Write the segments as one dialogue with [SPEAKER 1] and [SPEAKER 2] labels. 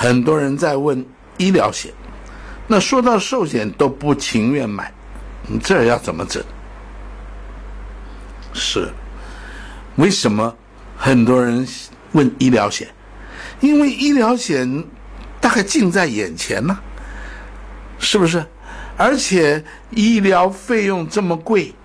[SPEAKER 1] 很多人在问医疗险，那说到寿险都不情愿买，这要怎么整？是为什么很多人问医疗险？因为医疗险大概近在眼前呢，是不是？而且医疗费用这么贵，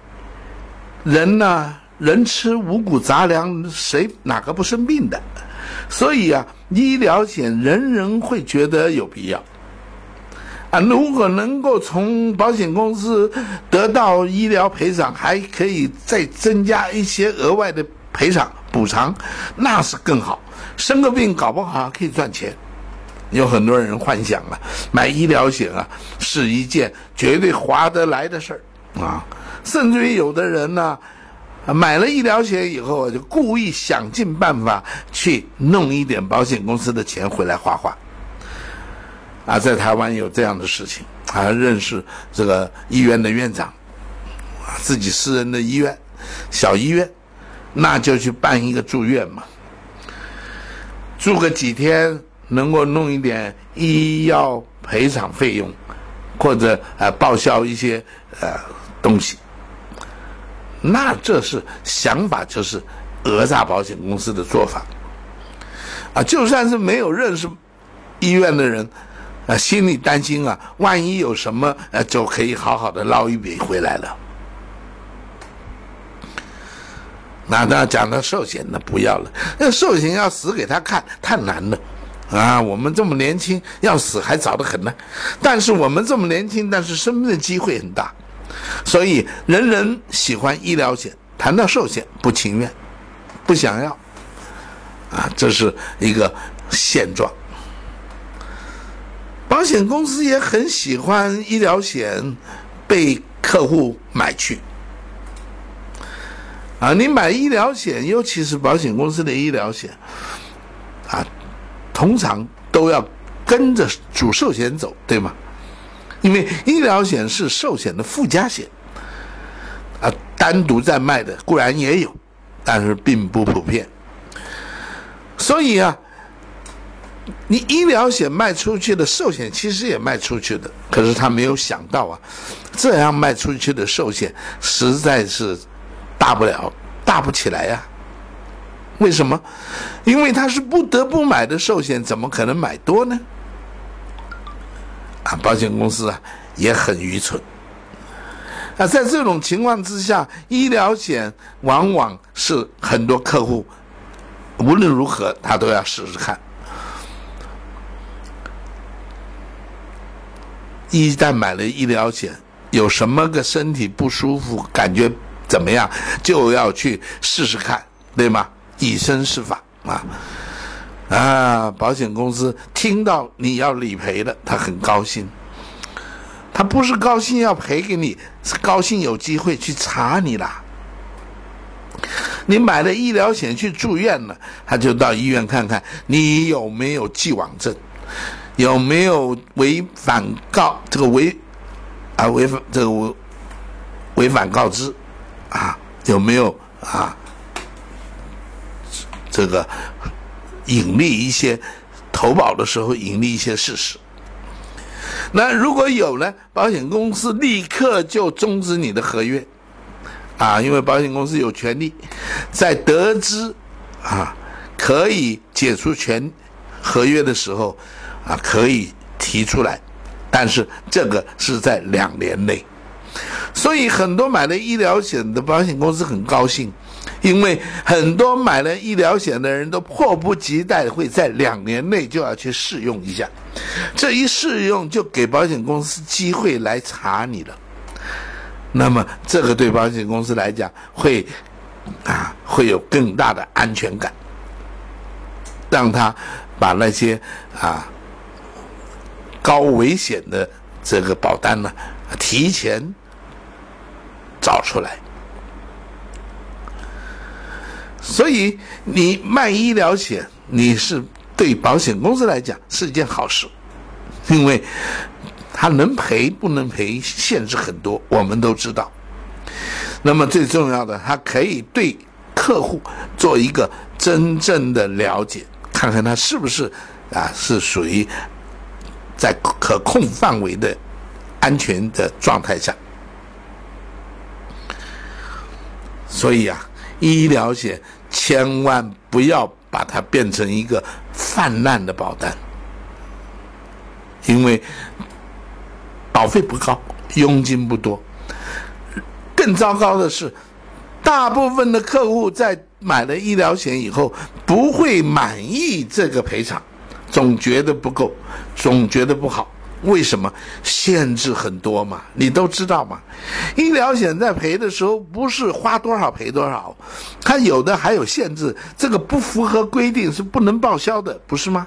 [SPEAKER 1] 人吃五谷杂粮，哪个不生病的？所以医疗险人人会觉得有必要如果能够从保险公司得到医疗赔偿，还可以再增加一些额外的赔偿补偿，那是更好。生个病搞不好还可以赚钱。有很多人幻想买医疗险是一件绝对划得来的事儿甚至于有的人买了医疗险以后就故意想尽办法去弄一点保险公司的钱回来花在台湾有这样的事情认识这个医院的院长自己私人的医院小医院，那就去办一个住院嘛，住个几天能够弄一点医药赔偿费用，或者报销一些东西，那这是想法，就是讹诈保险公司的做法就算是没有认识医院的人心里担心万一有什么就可以好好的捞一笔回来了。那讲到寿险那不要了，那寿险要死给他看太难了我们这么年轻，要死还早得很呢。但是我们这么年轻，但是生病的机会很大，所以人人喜欢医疗险，谈到寿险不情愿，不想要这是一个现状。保险公司也很喜欢医疗险被客户买去你买医疗险，尤其是保险公司的医疗险通常都要跟着主寿险走，对吗？因为医疗险是寿险的附加险单独在卖的固然也有，但是并不普遍。所以你医疗险卖出去的，寿险其实也卖出去的，可是他没有想到这样卖出去的寿险实在是大不起来为什么？因为他是不得不买的寿险，怎么可能买多呢？保险公司也很愚蠢在这种情况之下，医疗险往往是很多客户无论如何他都要试试看。一旦买了医疗险，有什么个身体不舒服，感觉怎么样，就要去试试看，对吗？以身试法保险公司听到你要理赔了，他很高兴。他不是高兴要赔给你，是高兴有机会去查你啦。你买了医疗险去住院了，他就到医院看看你有没有既往症，有没有违反告知有没有这个隐匿一些投保的时候隐匿一些事实。那如果有呢，保险公司立刻就终止你的合约因为保险公司有权利在得知可以解除合约的时候可以提出来，但是这个是在2年内。所以很多买了医疗险的保险公司很高兴，因为很多买了医疗险的人都迫不及待会在2年内就要去试用一下，这一试用就给保险公司机会来查你了。那么这个对保险公司来讲会有更大的安全感，让他把那些高危险的这个保单提前找出来。所以你卖医疗险，你是对保险公司来讲是一件好事，因为它能赔不能赔限制很多，我们都知道。那么最重要的，它可以对客户做一个真正的了解， 看看它是不是是属于在可控范围的安全的状态下。所以医疗险千万不要把它变成一个泛滥的保单，因为保费不高，佣金不多。更糟糕的是，大部分的客户在买了医疗险以后不会满意这个赔偿，总觉得不够，总觉得不好。为什么？限制很多嘛，你都知道嘛。医疗险在赔的时候不是花多少赔多少，它有的还有限制，这个不符合规定是不能报销的，不是吗？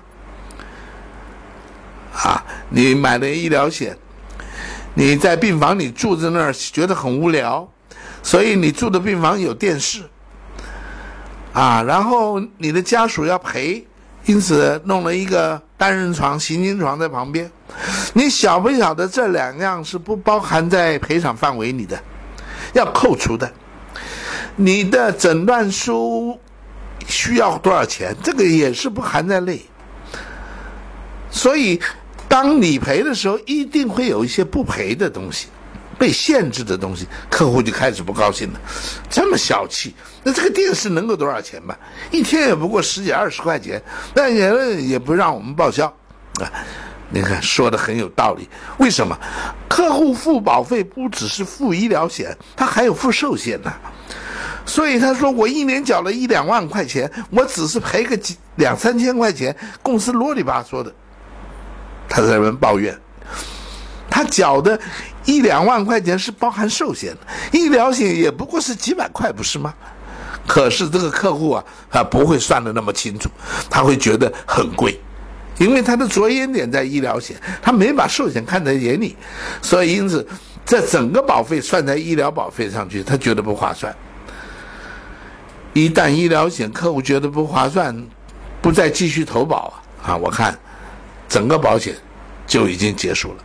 [SPEAKER 1] 你买了医疗险，你在病房里住在那儿觉得很无聊，所以你住的病房有电视然后你的家属要陪，因此弄了一个单人床、行军床在旁边。你晓不晓得这两样是不包含在赔偿范围里的，要扣除的。你的诊断书需要多少钱，这个也是不含在内。所以当理赔的时候，一定会有一些不赔的东西，被限制的东西，客户就开始不高兴了。这么小气，那这个电视能够多少钱吧？一天也不过10几20块钱，那也不让我们报销你看说的很有道理。为什么？客户付保费不只是付医疗险，他还有付寿险呢。所以他说我一年缴了1、2万块钱，我只是赔个2、3千块钱，公司啰里吧嗦的。他在那边抱怨，他缴的1、2万块钱是包含寿险的，医疗险也不过是几百块，不是吗？可是这个客户他不会算得那么清楚，他会觉得很贵，因为他的着眼点在医疗险，他没把寿险看在眼里，所以因此这整个保费算在医疗保费上去，他觉得不划算。一旦医疗险客户觉得不划算，不再继续投保我看整个保险就已经结束了。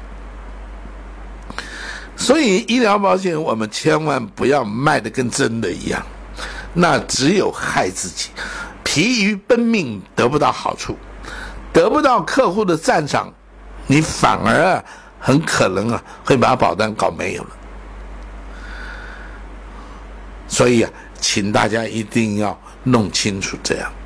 [SPEAKER 1] 所以医疗保险我们千万不要卖得跟真的一样，那只有害自己，疲于奔命，得不到好处，得不到客户的赞赏，你反而很可能会把保单搞没有了。所以请大家一定要弄清楚这样。